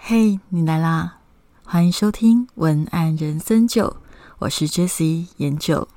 嘿，你来啦！欢迎收听文案人生酒，我是 Jessie 研九。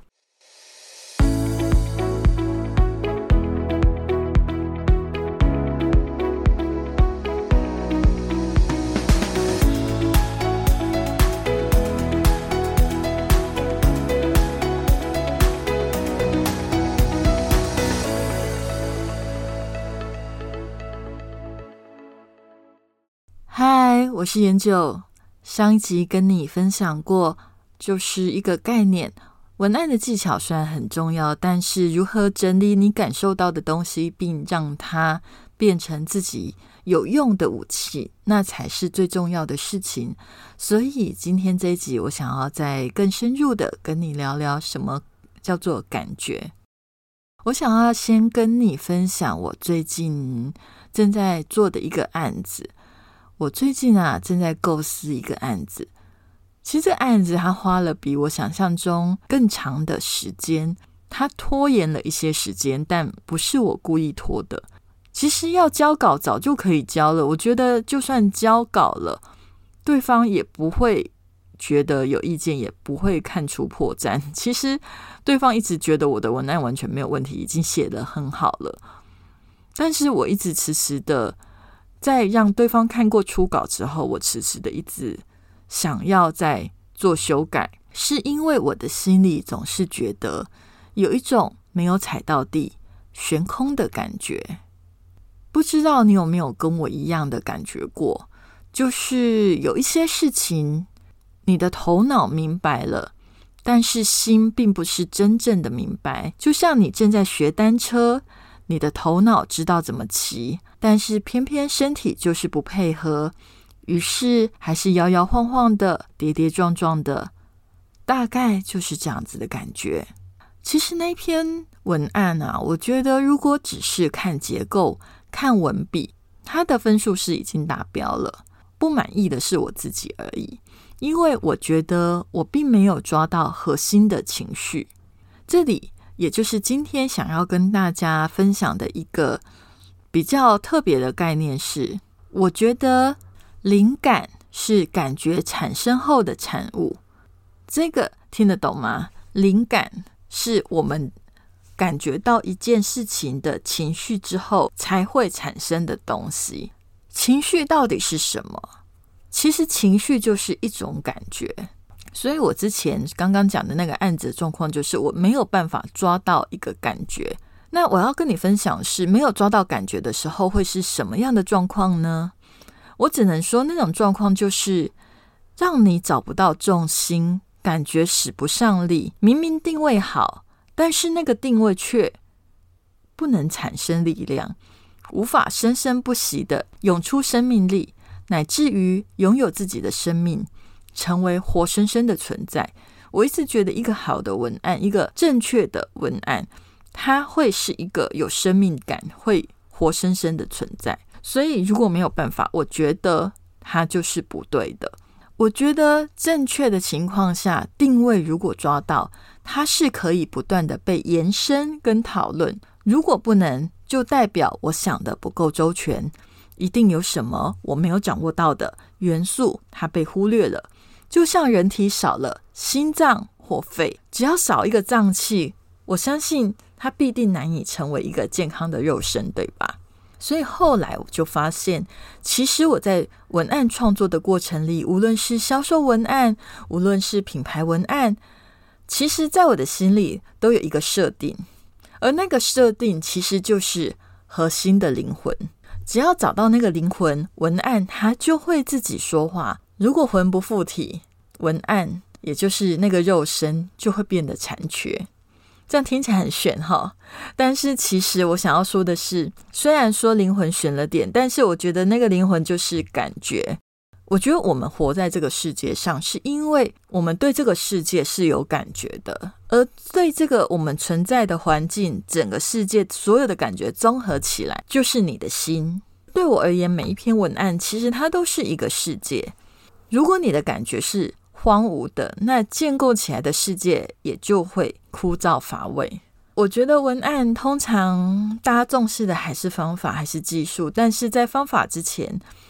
嗨，我是研九。上一集跟你分享过，就是一个概念，文案的技巧虽然很重要，但是如何整理你感受到的东西，并让它变成自己有用的武器，那才是最重要的事情。所以今天这一集，我想要再更深入的跟你聊聊什么叫做感觉。我想要先跟你分享我最近正在做的一个案子。我最近正在构思一个案子，其实这个案子它花了比我想象中更长的时间，它拖延了一些时间，但不是我故意拖的。其实要交稿早就可以交了，我觉得就算交稿了，对方也不会觉得有意见，也不会看出破绽。其实对方一直觉得我的文案完全没有问题，已经写得很好了，但是我一直迟迟的在让对方看过初稿之后，我迟迟的一直想要再做修改，是因为我的心里总是觉得有一种没有踩到地悬空的感觉。不知道你有没有跟我一样的感觉过，就是有一些事情你的头脑明白了，但是心并不是真正的明白。就像你正在学单车，你的头脑知道怎么骑，但是偏偏身体就是不配合，于是还是摇摇晃晃的，跌跌撞撞的，大概就是这样子的感觉。其实那篇文案我觉得如果只是看结构、看文笔，它的分数是已经达标了。不满意的是我自己而已，因为我觉得我并没有抓到核心的情绪。这里也就是今天想要跟大家分享的一个比较特别的概念是，我觉得灵感是感觉产生后的产物。这个听得懂吗？灵感是我们感觉到一件事情的情绪之后才会产生的东西。情绪到底是什么？其实情绪就是一种感觉。所以我之前刚刚讲的那个案子的状况，就是我没有办法抓到一个感觉。那我要跟你分享的是，没有抓到感觉的时候会是什么样的状况呢？我只能说那种状况就是让你找不到重心，感觉使不上力，明明定位好，但是那个定位却不能产生力量，无法生生不息的涌出生命力，乃至于拥有自己的生命，成为活生生的存在。我一直觉得一个好的文案，一个正确的文案，它会是一个有生命感，会活生生的存在。所以如果没有办法，我觉得它就是不对的。我觉得正确的情况下，定位如果抓到，它是可以不断的被延伸跟讨论。如果不能，就代表我想的不够周全，一定有什么我没有掌握到的元素，它被忽略了。就像人体少了心脏或肺，只要少一个脏器，我相信它必定难以成为一个健康的肉身，对吧？所以后来我就发现，其实我在文案创作的过程里，无论是销售文案，无论是品牌文案，其实在我的心里都有一个设定，而那个设定其实就是核心的灵魂。只要找到那个灵魂，文案它就会自己说话。如果魂不附体，文案也就是那个肉身就会变得残缺。这样听起来很玄哈，但是其实我想要说的是，虽然说灵魂玄了点，但是我觉得那个灵魂就是感觉。我觉得我们活在这个世界上，是因为我们对这个世界是有感觉的，而对这个我们存在的环境，整个世界所有的感觉综合起来，就是你的心。对我而言，每一篇文案其实它都是一个世界。如果你的感觉是荒芜的，那建构起来的世界也就会枯燥乏味。我觉得文案通常大家重视的还是方法，还是技术，但是在方法之前，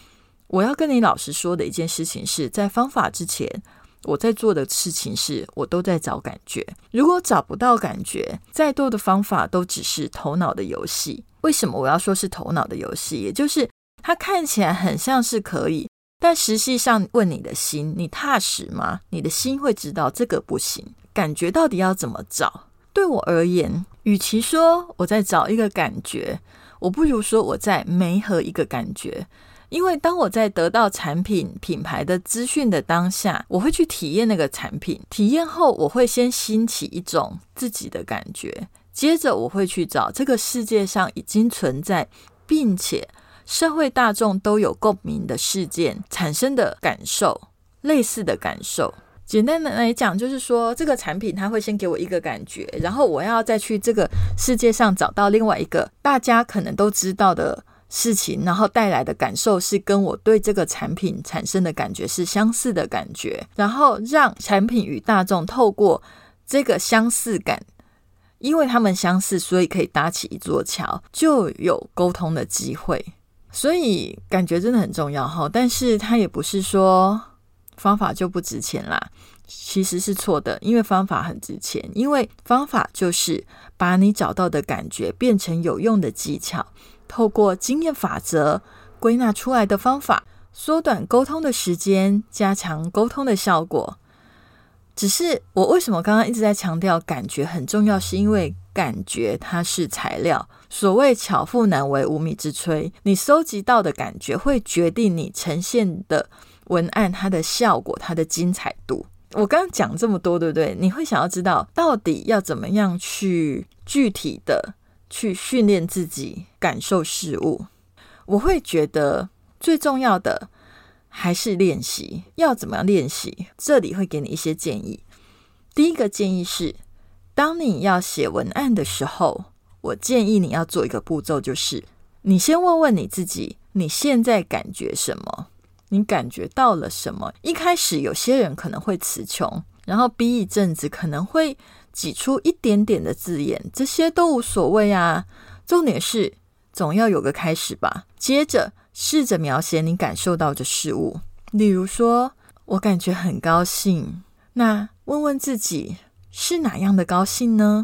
我要跟你老实说的一件事情是，在方法之前，我在做的事情是我都在找感觉。如果找不到感觉，再多的方法都只是头脑的游戏。为什么我要说是头脑的游戏？也就是它看起来很像是可以，但实际上问你的心，你踏实吗？你的心会知道这个不行。感觉到底要怎么找？对我而言，与其说我在找一个感觉，我不如说我在媒合一个感觉。因为当我在得到产品品牌的资讯的当下，我会去体验那个产品，体验后我会先兴起一种自己的感觉，接着我会去找这个世界上已经存在并且社会大众都有共鸣的事件产生的感受，类似的感受。简单的来讲，就是说这个产品它会先给我一个感觉，然后我要再去这个世界上找到另外一个大家可能都知道的事情，然后带来的感受是跟我对这个产品产生的感觉是相似的感觉，然后让产品与大众透过这个相似感，因为他们相似，所以可以搭起一座桥，就有沟通的机会。所以感觉真的很重要，但是它也不是说方法就不值钱啦，其实是错的，因为方法很值钱，因为方法就是把你找到的感觉变成有用的技巧，透过经验法则归纳出来的方法，缩短沟通的时间，加强沟通的效果。只是我为什么刚刚一直在强调感觉很重要，是因为感觉它是材料，所谓巧妇难为无米之炊，你收集到的感觉会决定你呈现的文案它的效果，它的精彩度。我刚刚讲这么多，对不对？你会想要知道到底要怎么样去具体的去训练自己感受事物。我会觉得最重要的还是练习。要怎么样练习？这里会给你一些建议。第一个建议是，当你要写文案的时候，我建议你要做一个步骤，就是你先问问你自己，你现在感觉什么？你感觉到了什么？一开始有些人可能会词穷，然后逼一阵子可能会挤出一点点的字眼，这些都无所谓啊。重点是总要有个开始吧。接着试着描写你感受到的事物，例如说我感觉很高兴，那问问自己是哪样的高兴呢？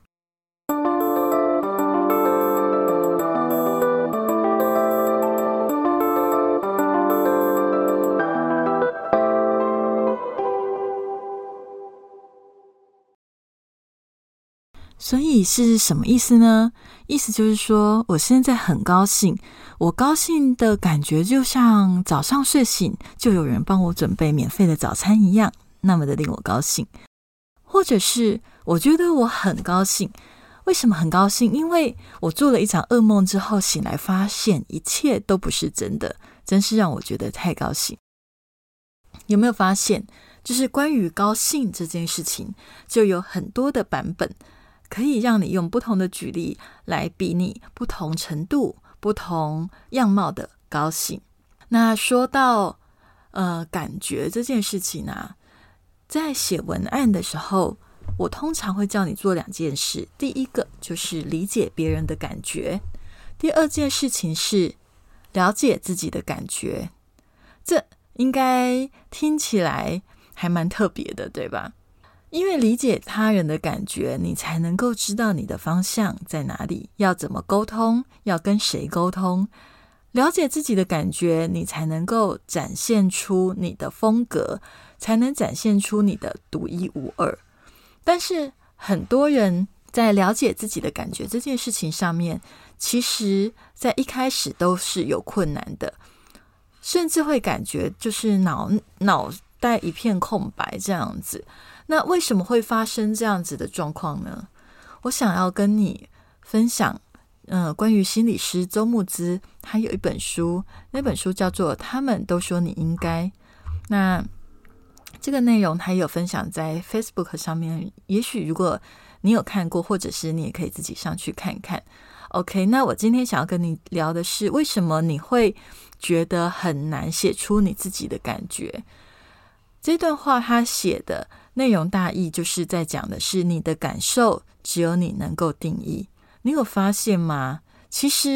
所以是什么意思呢？意思就是说，我现在很高兴，我高兴的感觉就像早上睡醒就有人帮我准备免费的早餐一样，那么的令我高兴。或者是我觉得我很高兴，为什么很高兴？因为我做了一场噩梦之后醒来发现一切都不是真的，真是让我觉得太高兴。有没有发现，就是关于高兴这件事情就有很多的版本，可以让你用不同的举例来比拟不同程度、不同样貌的高兴。那说到感觉这件事情啊，在写文案的时候，我通常会叫你做2件事。第一个就是理解别人的感觉，第二件事情是了解自己的感觉。这应该听起来还蛮特别的，对吧？因为理解他人的感觉，你才能够知道你的方向在哪里，要怎么沟通，要跟谁沟通。了解自己的感觉，你才能够展现出你的风格，才能展现出你的独一无二。但是很多人在了解自己的感觉这件事情上面，其实在一开始都是有困难的，甚至会感觉就是脑袋一片空白这样子。那为什么会发生这样子的状况呢？我想要跟你分享关于心理师周慕姿他有一本书，那本书叫做《他们都说你应该》。那这个内容他也有分享在 Facebook 上面，也许如果你有看过，或者是你也可以自己上去看看。OK， 那我今天想要跟你聊的是，为什么你会觉得很难写出你自己的感觉。这段话他写的内容大意就是在讲的是，你的感受只有你能够定义。你有发现吗？其实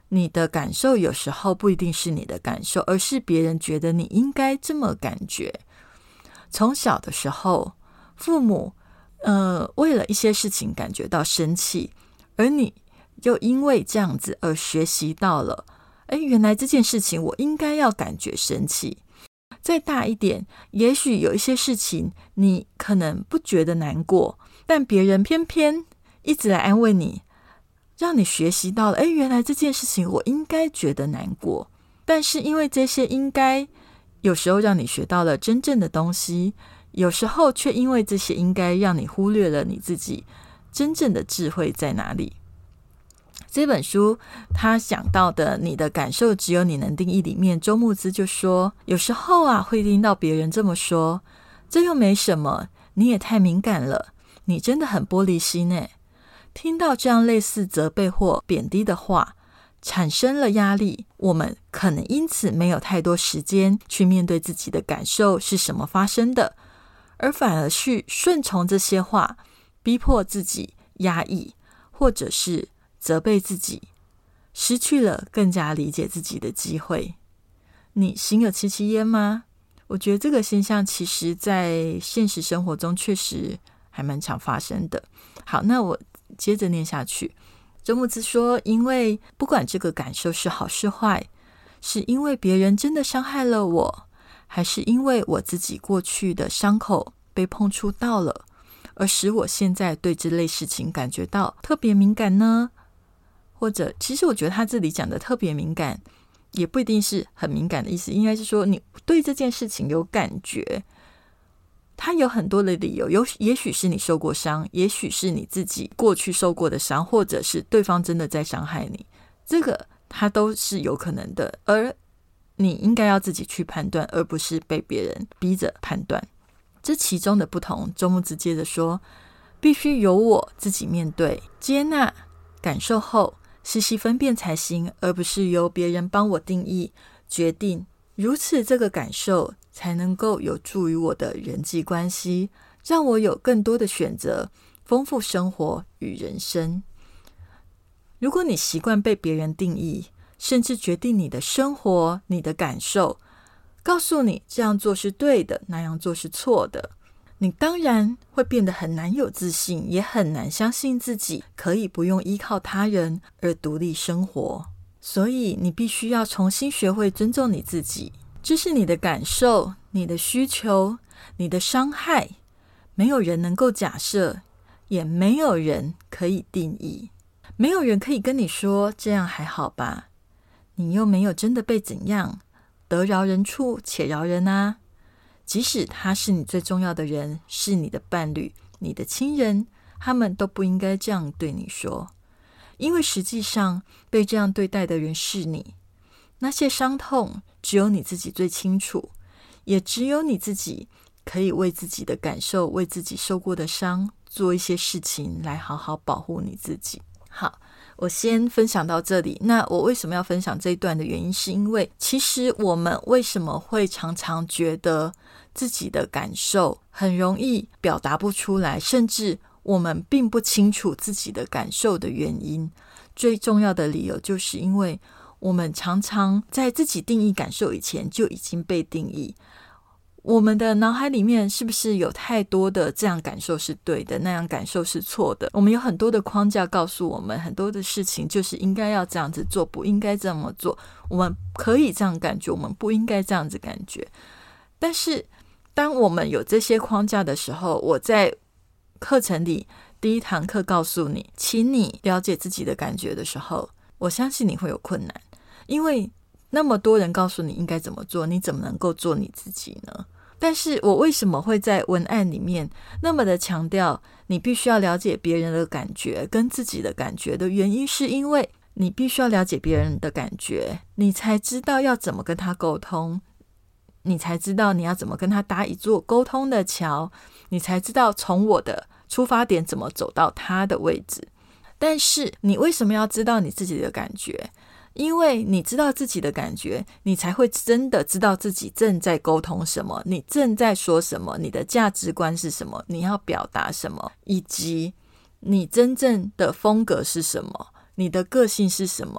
你的感受有时候不一定是你的感受，而是别人觉得你应该这么感觉。从小的时候，父母为了一些事情感觉到生气，而你就因为这样子而学习到了，原来这件事情我应该要感觉生气。再大一点，也许有一些事情你可能不觉得难过，但别人偏偏一直来安慰你，让你学习到了，原来这件事情我应该觉得难过。但是因为这些应该，有时候让你学到了真正的东西，有时候却因为这些应该让你忽略了你自己真正的智慧在哪里。这本书他讲到的你的感受只有你能定义里面，周慕姿就说，有时候会听到别人这么说，这又没什么，你也太敏感了，你真的很玻璃心耶。听到这样类似责备或贬低的话，产生了压力，我们可能因此没有太多时间去面对自己的感受是什么发生的，而反而去顺从这些话，逼迫自己压抑，或者是责备自己，失去了更加理解自己的机会。你心有戚戚焉吗？我觉得这个现象其实在现实生活中确实还蛮常发生的。好，那我接着念下去。周慕姿说，因为不管这个感受是好是坏，是因为别人真的伤害了我，还是因为我自己过去的伤口被碰触到了，而使我现在对这类事情感觉到特别敏感呢？或者其实我觉得他这里讲的特别敏感也不一定是很敏感的意思，应该是说你对这件事情有感觉，他有很多的理由，也许是你受过伤，也许是你自己过去受过的伤，或者是对方真的在伤害你，这个他都是有可能的，而你应该要自己去判断，而不是被别人逼着判断。这其中的不同，周慕姿接着说，必须由我自己面对、接纳、感受后细细分辨才行，而不是由别人帮我定义、决定。如此这个感受才能够有助于我的人际关系，让我有更多的选择，丰富生活与人生。如果你习惯被别人定义，甚至决定你的生活、你的感受，告诉你这样做是对的，那样做是错的，你当然会变得很难有自信，也很难相信自己可以不用依靠他人而独立生活。所以你必须要重新学会尊重你自己，这是你的感受、你的需求、你的伤害，没有人能够假设，也没有人可以定义，没有人可以跟你说这样还好吧，你又没有真的被怎样，得饶人处且饶人啊。即使他是你最重要的人，是你的伴侣、你的亲人，他们都不应该这样对你说，因为实际上被这样对待的人是你。那些伤痛只有你自己最清楚，也只有你自己可以为自己的感受、为自己受过的伤做一些事情来好好保护你自己。好，我先分享到这里。那我为什么要分享这一段的原因，是因为其实我们为什么会常常觉得自己的感受很容易表达不出来，甚至我们并不清楚自己的感受的原因，最重要的理由就是因为我们常常在自己定义感受以前就已经被定义。我们的脑海里面是不是有太多的这样感受是对的，那样感受是错的？我们有很多的框架告诉我们很多的事情就是应该要这样子做，不应该这么做，我们可以这样感觉，我们不应该这样子感觉。但是当我们有这些框架的时候，我在课程里第一堂课告诉你，请你了解自己的感觉的时候，我相信你会有困难，因为那么多人告诉你应该怎么做，你怎么能够做你自己呢？但是我为什么会在文案里面那么的强调你必须要了解别人的感觉跟自己的感觉的原因，是因为你必须要了解别人的感觉，你才知道要怎么跟他沟通，你才知道你要怎么跟他搭一座沟通的桥，你才知道从我的出发点怎么走到他的位置。但是你为什么要知道你自己的感觉？因为你知道自己的感觉，你才会真的知道自己正在沟通什么，你正在说什么，你的价值观是什么，你要表达什么，以及你真正的风格是什么，你的个性是什么，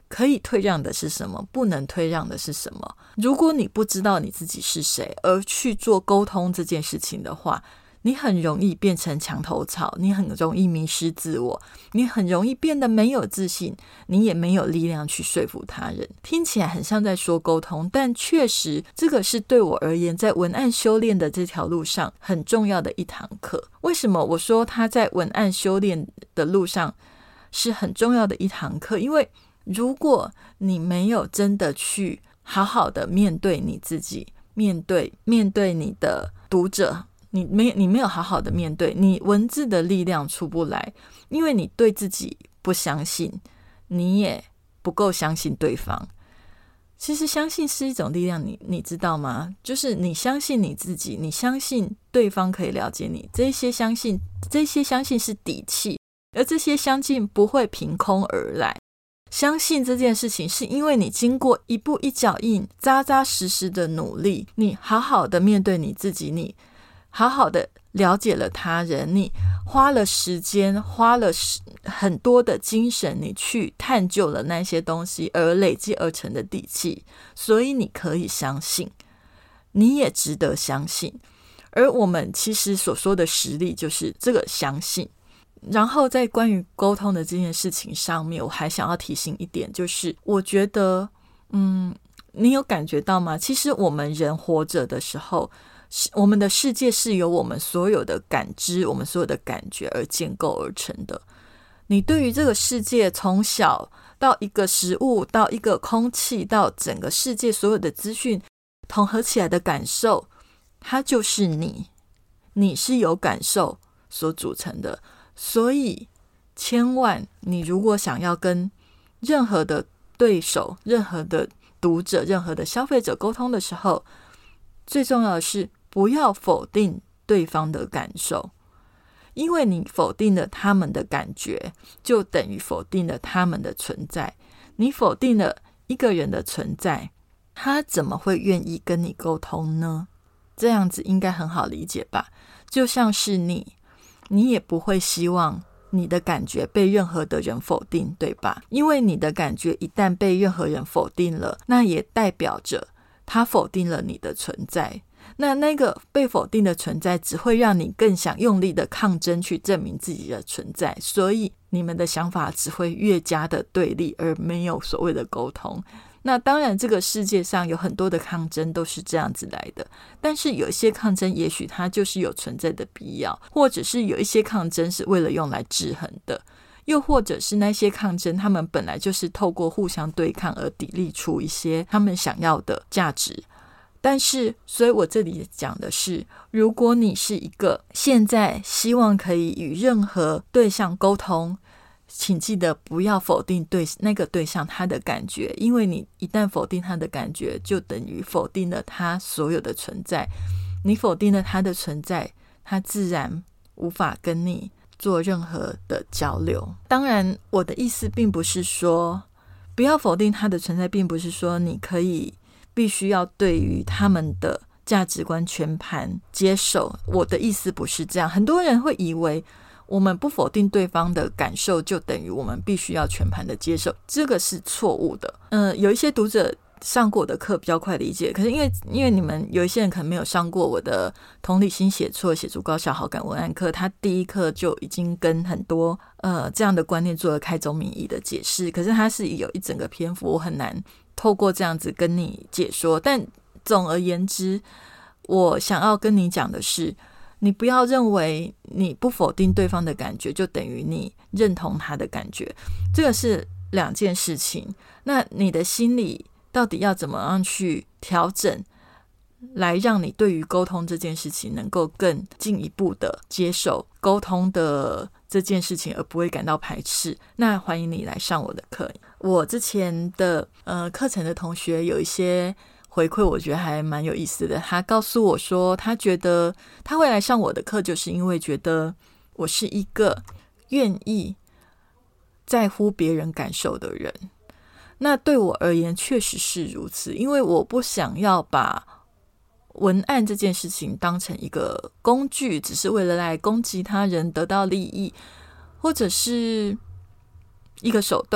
可以退让的是什么，不能退让的是什么。如果你不知道你自己是谁而去做沟通这件事情的话，你很容易变成墙头草，你很容易迷失自我，你很容易变得没有自信，你也没有力量去说服他人。听起来很像在说沟通，但确实这个是对我而言在文案修炼的这条路上很重要的一堂课。为什么我说他在文案修炼的路上是很重要的一堂课？因为如果你没有真的去好好的面对你自己，面对你的读者，你没有好好的面对，你文字的力量出不来，因为你对自己不相信，你也不够相信对方。其实相信是一种力量，你知道吗？就是你相信你自己，你相信对方可以了解你，这些相信是底气，而这些相信不会凭空而来。相信这件事情是因为你经过一步一脚印扎扎实实的努力，你好好的面对你自己，你好好的了解了他人，你花了时间，花了很多的精神，你去探究了那些东西而累积而成的底气，所以你可以相信，你也值得相信。而我们其实所说的实力就是这个相信。然后在关于沟通的这件事情上面，我还想要提醒一点，就是我觉得你有感觉到吗？其实我们人活着的时候，我们的世界是由我们所有的感知，我们所有的感觉而建构而成的。你对于这个世界，从小到一个食物，到一个空气，到整个世界所有的资讯统合起来的感受，它就是你是由感受所组成的。所以千万，你如果想要跟任何的对手、任何的读者、任何的消费者沟通的时候，最重要的是不要否定对方的感受，因为你否定了他们的感觉，就等于否定了他们的存在。你否定了一个人的存在，他怎么会愿意跟你沟通呢？这样子应该很好理解吧？就像是你也不会希望你的感觉被任何的人否定，对吧？因为你的感觉一旦被任何人否定了，那也代表着他否定了你的存在。那个被否定的存在只会让你更想用力的抗争去证明自己的存在，所以你们的想法只会越加的对立，而没有所谓的沟通。那当然这个世界上有很多的抗争都是这样子来的，但是有一些抗争也许它就是有存在的必要，或者是有一些抗争是为了用来制衡的，又或者是那些抗争他们本来就是透过互相对抗而砥砺出一些他们想要的价值。但是所以我这里讲的是，如果你是一个现在希望可以与任何对象沟通，请记得不要否定那个对象他的感觉，因为你一旦否定他的感觉，就等于否定了他所有的存在。你否定了他的存在，他自然无法跟你做任何的交流。当然我的意思并不是说不要否定他的存在，并不是说你必须要对于他们的价值观全盘接受，我的意思不是这样。很多人会以为我们不否定对方的感受就等于我们必须要全盘的接受，这个是错误的。有一些读者上过我的课比较快理解，可是因为你们有一些人可能没有上过我的同理心写作高效好感文案课，他第一课就已经跟很多这样的观念做了开宗明义的解释，可是他是有一整个篇幅，我很难透过这样子跟你解说。但总而言之，我想要跟你讲的是，你不要认为你不否定对方的感觉就等于你认同他的感觉，这个是两件事情。那你的心理到底要怎么样去调整，来让你对于沟通这件事情能够更进一步的接受沟通的这件事情，而不会感到排斥？那欢迎你来上我的课。我之前的课程的同学有一些回馈，我觉得还蛮有意思的。他告诉我说，他觉得他会来上我的课，就是因为觉得我是一个愿意在乎别人感受的人。那对我而言确实是如此，因为我不想要把文案这件事情当成一个工具，只是为了来攻击他人得到利益，或者是一个手段，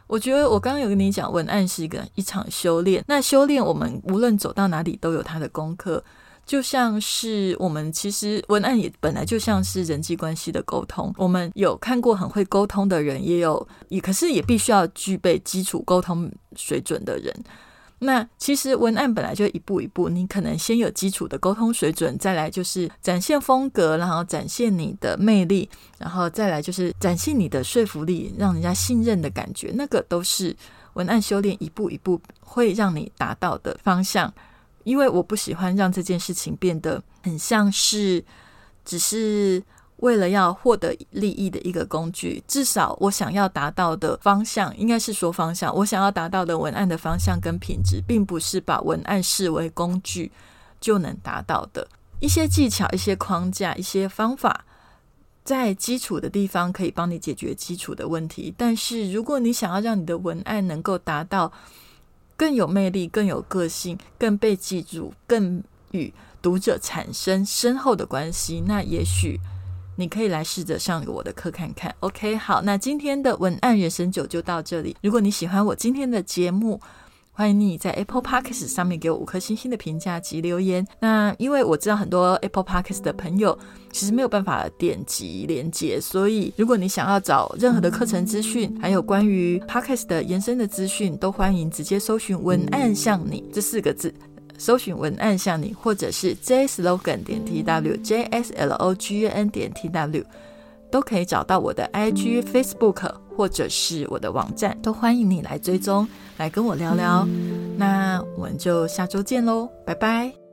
我觉得我刚刚有跟你讲，文案是一场修炼。那修炼，我们无论走到哪里都有它的功课。就像是我们其实文案也本来就像是人际关系的沟通，我们有看过很会沟通的人，可是也必须要具备基础沟通水准的人。那其实文案本来就一步一步，你可能先有基础的沟通水准，再来就是展现风格，然后展现你的魅力，然后再来就是展现你的说服力，让人家信任的感觉，那个都是文案修炼一步一步会让你达到的方向。因为我不喜欢让这件事情变得很像是只是为了要获得利益的一个工具，至少我想要达到的方向，应该是说方向，我想要达到的文案的方向跟品质，并不是把文案视为工具就能达到的。一些技巧，一些框架，一些方法，在基础的地方可以帮你解决基础的问题，但是如果你想要让你的文案能够达到更有魅力，更有个性，更被记住，更与读者产生深厚的关系，那也许你可以来试着上我的课看看。 OK， 好，那今天的文案人生9就到这里。如果你喜欢我今天的节目，欢迎你在 Apple Podcast 上面给我5颗星星的评价及留言。那因为我知道很多 Apple Podcast 的朋友其实没有办法点击连结，所以如果你想要找任何的课程资讯，还有关于 Podcast 的延伸的资讯，都欢迎直接搜寻文案像你这4个字，搜寻文案像你，或者是 jslogan.tw JSLOGN.tw 都可以找到我的 IG Facebook 或者是我的网站，都欢迎你来追踪，来跟我聊聊。那我们就下周见咯，拜拜。